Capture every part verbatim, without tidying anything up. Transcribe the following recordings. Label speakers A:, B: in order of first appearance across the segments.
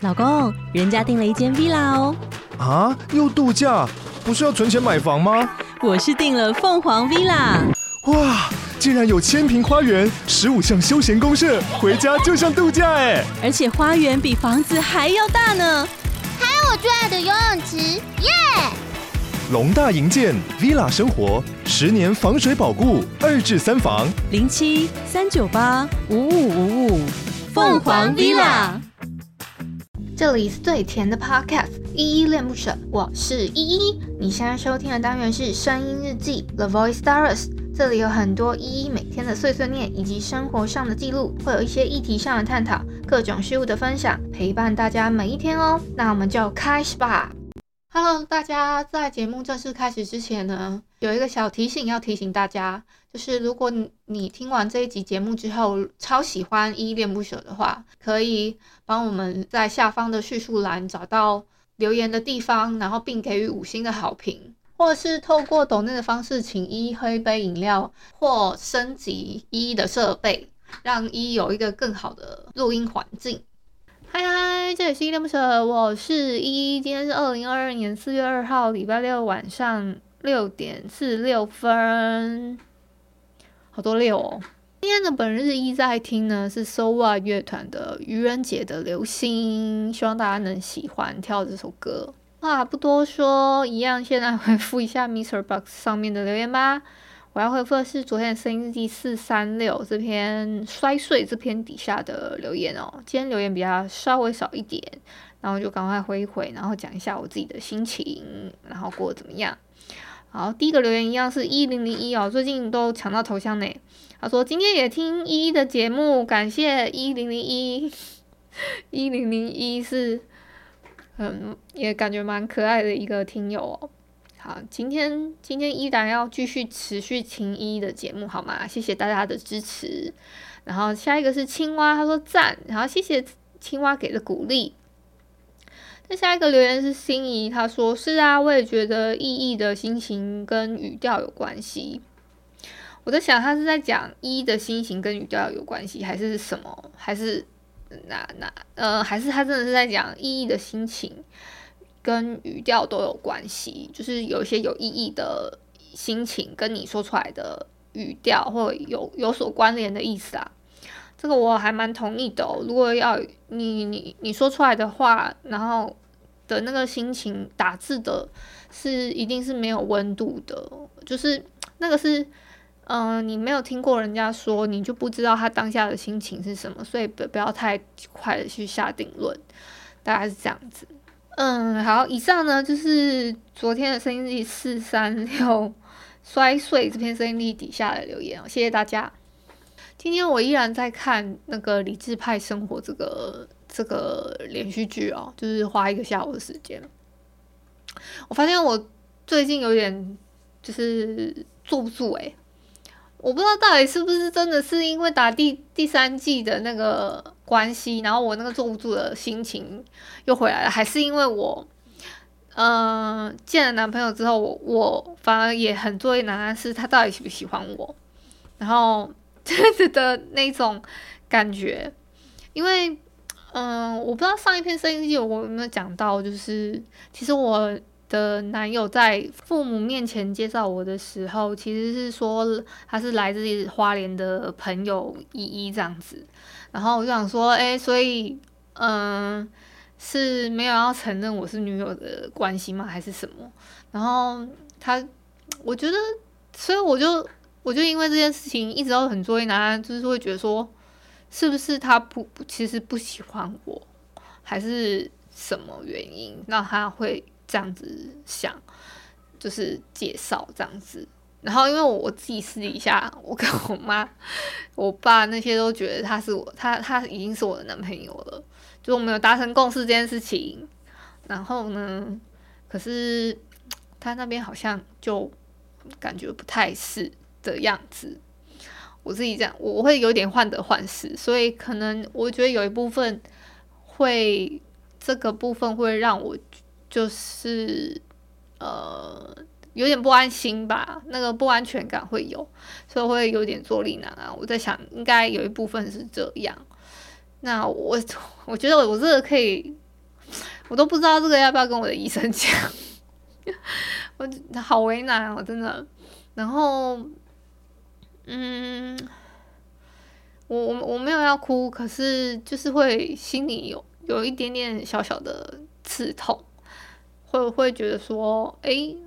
A: 老公，人家订了一间 villa 哦。
B: 啊，又度假？不是要存钱买房吗？
A: 我是订了凤凰 villa。
B: 哇，竟然有千坪花园，十五项休闲公设，回家就像度假哎！
A: 而且花园比房子还要大呢。
C: 还有我最爱的游泳池，耶！
B: 龙大营建 villa 生活，十年防水保固，二至三房，
A: 零七三九八五五五五，凤凰 villa。
D: 这里是最甜的 podcast， 依依恋不舍，我是依依。你现在收听的单元是声音日记 The Voice Diaries， 这里有很多依依每天的碎碎念以及生活上的记录，会有一些议题上的探讨，各种事物的分享，陪伴大家每一天哦。那我们就开始吧。Hello， 大家，在节目正式开始之前呢，有一个小提醒要提醒大家，就是如果你你听完这一集节目之后超喜欢依依恋不舍的话，可以帮我们在下方的叙述栏找到留言的地方，然后并给予五星的好评，或者是透过抖内的方式请依依喝一杯饮料，或升级依依的设备，让依依有一个更好的录音环境。嗨嗨，这里是依依恋不舍，我是依依。今天是二零二二年四月二号礼拜六晚上六点四十六分，好多六哦。今天的本日一在听呢是 So What 乐团的愚人节的流星，希望大家能喜欢跳这首歌。话不多说，一样先来回复一下 Mister Box 上面的留言吧。我要回复的是昨天的声音日记四三六这篇摔碎这篇底下的留言哦。今天留言比较稍微少一点，然后就赶快回一回，然后讲一下我自己的心情，然后过得怎么样。好，第一个留言一样是一零零一哦，最近都抢到头像呢。他说今天也听依依的节目，感谢一零零一。一零零一是嗯，也感觉蛮可爱的一个听友哦。好，今天今天依然要继续持续听依依的节目，好吗？谢谢大家的支持。然后下一个是青蛙，他说赞，然后谢谢青蛙给的鼓励。那下一个留言是心仪，他说是啊，我也觉得意义的心情跟语调有关系。我在想，他是在讲依依的心情跟语调有关系，还是什么？还是哪哪呃，还是他真的是在讲意义的心情跟语调都有关系，就是有一些有意义的心情跟你说出来的语调或有有所关联的意思啊。这个我还蛮同意的哦。如果要你你你说出来的话，然后的那个心情打字的是一定是没有温度的，就是那个是嗯、呃，你没有听过人家说，你就不知道他当下的心情是什么，所以不不要太快的去下定论，大概是这样子。嗯，好，以上呢就是昨天的声音日四三六摔碎这篇声音日底下的留言哦，谢谢大家。今天我依然在看那个理智派生活这个这个连续剧哦，就是花一个下午的时间。我发现我最近有点就是坐不住诶、欸，我不知道到底是不是真的是因为打第第三季的那个关系，然后我那个坐不住的心情又回来了，还是因为我嗯、呃、见了男朋友之后，我我反而也很作为难安是他到底喜不喜欢我，然后这样子的那种感觉。因为嗯、呃，我不知道上一篇声音记我有没有讲到，就是其实我的男友在父母面前介绍我的时候，其实是说他是来自花莲的朋友依依这样子，然后我就想说，哎、欸，所以嗯、呃、是没有要承认我是女友的关系吗？还是什么？然后他，我觉得，所以我就我就因为这件事情一直都很作为难安，就是会觉得说，是不是他不其实不喜欢我，还是什么原因让他会这样子想，就是介绍这样子。然后因为我自己私底下，我跟我妈、我爸那些都觉得他是我，他他已经是我的男朋友了，就我们有达成共识这件事情。然后呢，可是他那边好像就感觉不太是的样子。我自己这样，我会有点患得患失，所以可能我觉得有一部分会，这个部分会让我就是呃有点不安心吧，那个不安全感会有，所以会有点坐立难安。我在想，应该有一部分是这样。那我我觉得我这个可以我都不知道这个要不要跟我的医生讲，我好为难哦，真的。然后，嗯，我我我没有要哭，可是就是会心里有有一点点小小的刺痛，会会觉得说，诶，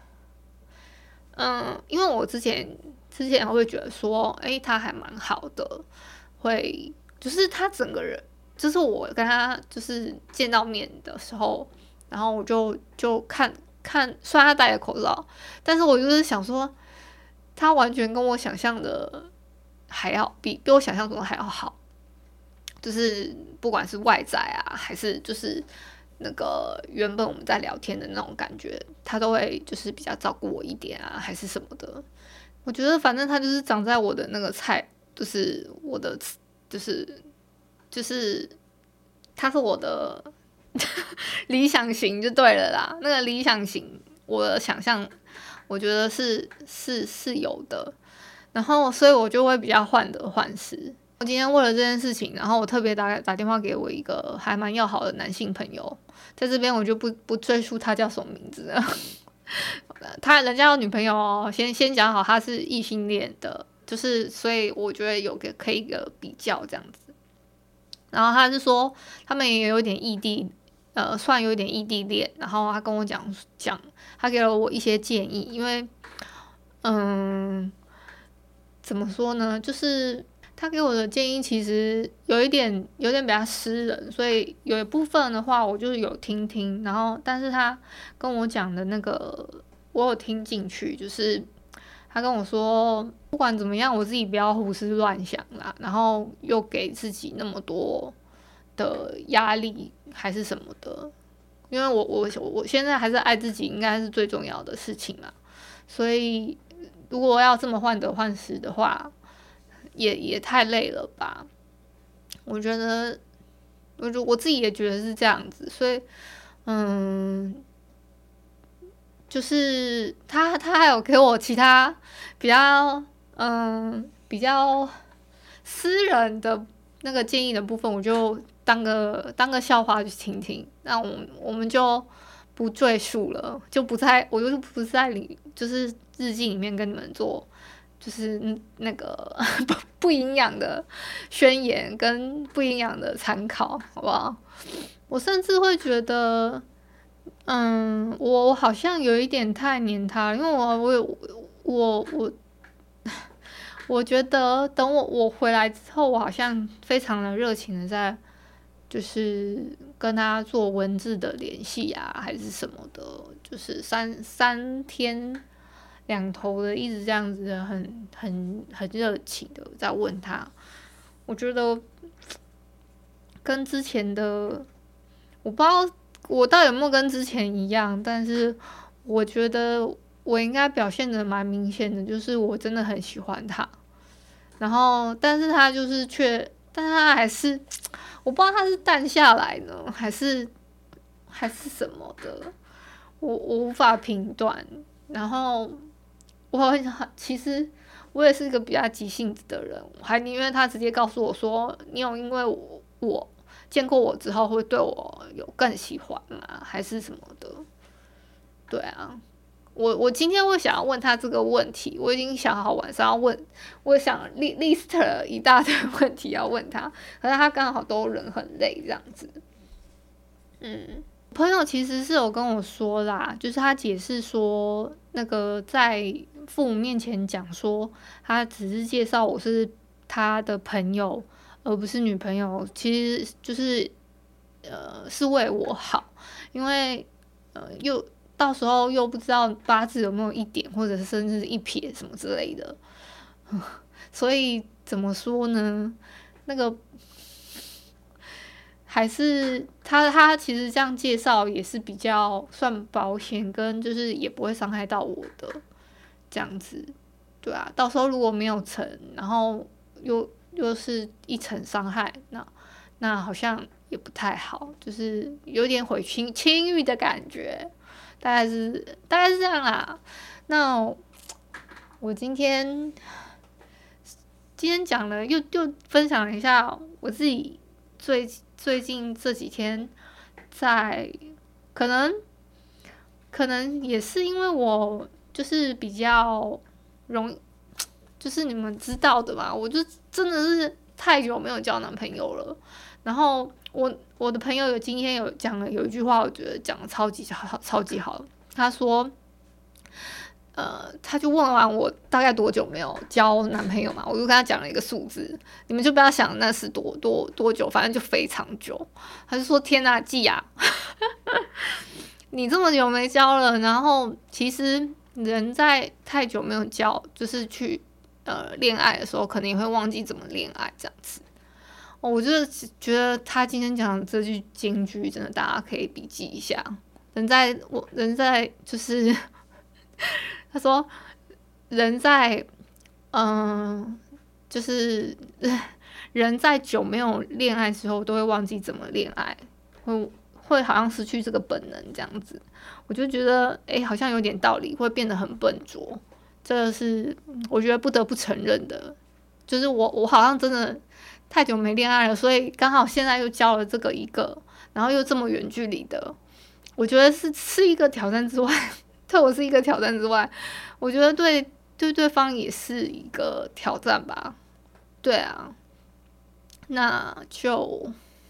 D: 嗯，因为我之前之前会觉得说，诶，他还蛮好的，会就是他整个人，就是我跟他就是见到面的时候，然后我就就看看，虽然他戴着口罩，但是我就是想说，他完全跟我想象的还要比比我想象中的还要好，就是不管是外在啊，还是就是那个原本我们在聊天的那种感觉，他都会就是比较照顾我一点啊，还是什么的。我觉得反正他就是长在我的那个菜，就是我的就是就是他是我的理想型就对了啦。那个理想型，我的想象，我觉得是是是有的。然后，所以我就会比较患得患失。我今天为了这件事情，然后我特别打打电话给我一个还蛮要好的男性朋友，在这边我就不不赘述他叫什么名字了。他人家有女朋友哦，先先讲好他是异性恋的，就是所以我觉得有个可以一个比较这样子。然后他是说他们也有点异地，呃，算有点异地恋。然后他跟我讲讲，他给了我一些建议，因为嗯，怎么说呢，就是他给我的建议其实有一点有点比较私人，所以有一部分的话我就是有听听，然后但是他跟我讲的那个我有听进去，就是他跟我说不管怎么样我自己不要胡思乱想啦，然后又给自己那么多的压力还是什么的，因为我我我现在还是爱自己应该是最重要的事情啦，所以如果要这么患得患失的话也也太累了吧，我觉得，我就我自己也觉得是这样子，所以，嗯，就是他他还有给我其他比较嗯比较私人的那个建议的部分，我就当个当个笑话去听听，那我我们就不赘述了，就不在我就不在里就是日记里面跟你们做。就是那个不不营养的宣言跟不营养的参考，好不好？我甚至会觉得，嗯，我好像有一点太黏他了，因为我我有我我我觉得等我我回来之后，我好像非常的热情的在，就是跟他做文字的联系啊，还是什么的，就是三三天。两头的一直这样子的很很很热情的在问他，我觉得跟之前的我不知道我到底有没有跟之前一样，但是我觉得我应该表现的蛮明显的，就是我真的很喜欢他，然后但是他就是却，但是他还是我不知道他是淡下来呢，还是还是什么的，我我无法评断，然后。我其实我也是一个比较急性子的人，我还宁愿他直接告诉我说，你有因为我我见过我之后会对我有更喜欢吗？还是什么的？对啊，我我今天会想要问他这个问题，我已经想好晚上要问，我想 list 了一大堆问题要问他，可是他刚好都人很累这样子，嗯。朋友其实是有跟我说啦，就是他解释说，那个在父母面前讲说，他只是介绍我是他的朋友，而不是女朋友，其实就是呃是为我好，因为呃又到时候又不知道八字有没有一点，或者是甚至是一撇什么之类的，所以怎么说呢？那个。还是他他其实这样介绍也是比较算保险，跟就是也不会伤害到我的这样子，对啊，到时候如果没有成，然后又又是一层伤害，那那好像也不太好，就是有点毁清清誉的感觉，大概是大概是这样啦。那我今天今天讲了，又又分享了一下我自己最。最近这几天在可能可能也是因为我就是比较容易，就是你们知道的嘛，我就真的是太久没有交男朋友了。然后我我的朋友有今天有讲了有一句话，我觉得讲的超级好，超级好。他说，呃，他就问完我大概多久没有交男朋友嘛，我就跟他讲了一个数字，你们就不要想那是多多多久，反正就非常久。他就说：“天哪，季啊，你这么久没交了，然后其实人在太久没有交，就是去呃恋爱的时候，可能也会忘记怎么恋爱这样子。”哦，我就觉得他今天讲的这句金句，真的大家可以笔记一下。人在我人在就是他说人在嗯、呃，就是人在久没有恋爱之后，都会忘记怎么恋爱，会会好像失去这个本能这样子。我就觉得哎、欸，好像有点道理，会变得很笨拙。这是我觉得不得不承认的，就是我我好像真的太久没恋爱了，所以刚好现在又交了这个一个，然后又这么远距离的，我觉得是是一个挑战之外，对我是一个挑战之外，我觉得对对对方也是一个挑战吧。对啊，那就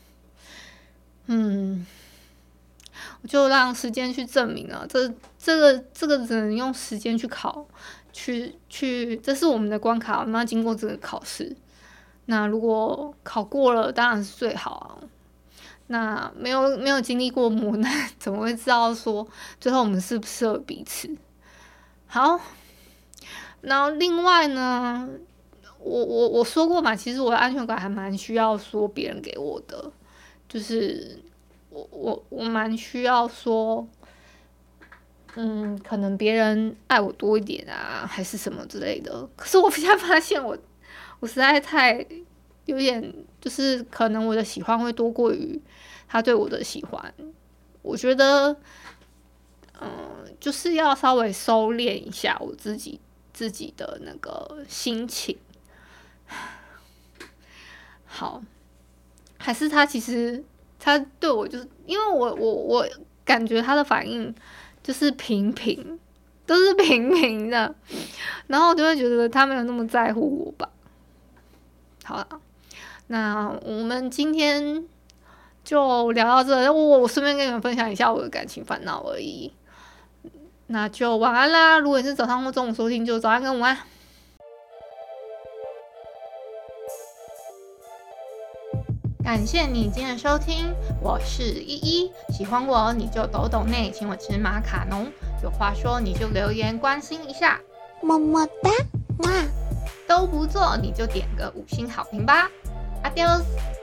D: 嗯，我就让时间去证明了，这这个这个只能用时间去考，去去，这是我们的关卡，我们要经过这个考试。那如果考过了，当然是最好啊。那没有没有经历过磨难，怎么会知道说最后我们适不适合彼此？好，然后另外呢，我我我说过嘛，其实我的安全感还蛮需要说别人给我的，就是我我我蛮需要说，嗯，可能别人爱我多一点啊，还是什么之类的。可是我现在发现我。我实在太有点，就是可能我的喜欢会多过于他对我的喜欢。我觉得，嗯、呃，就是要稍微收敛一下我自己自己的那个心情。好，还是他其实他对我就是，因为我我我感觉他的反应就是平平，都是平平的，然后我就会觉得他没有那么在乎我吧。好了，那我们今天就聊到这。我我顺便跟你们分享一下我的感情烦恼而已。那就晚安啦！如果你是早上或中午收听，就早安跟午安。感谢你今天的收听，我是依依。喜欢我你就抖抖内，请我吃马卡龙。有话说你就留言关心一下，
C: 么么哒，哇！
D: 都不做你就点个五星好评吧。Adios。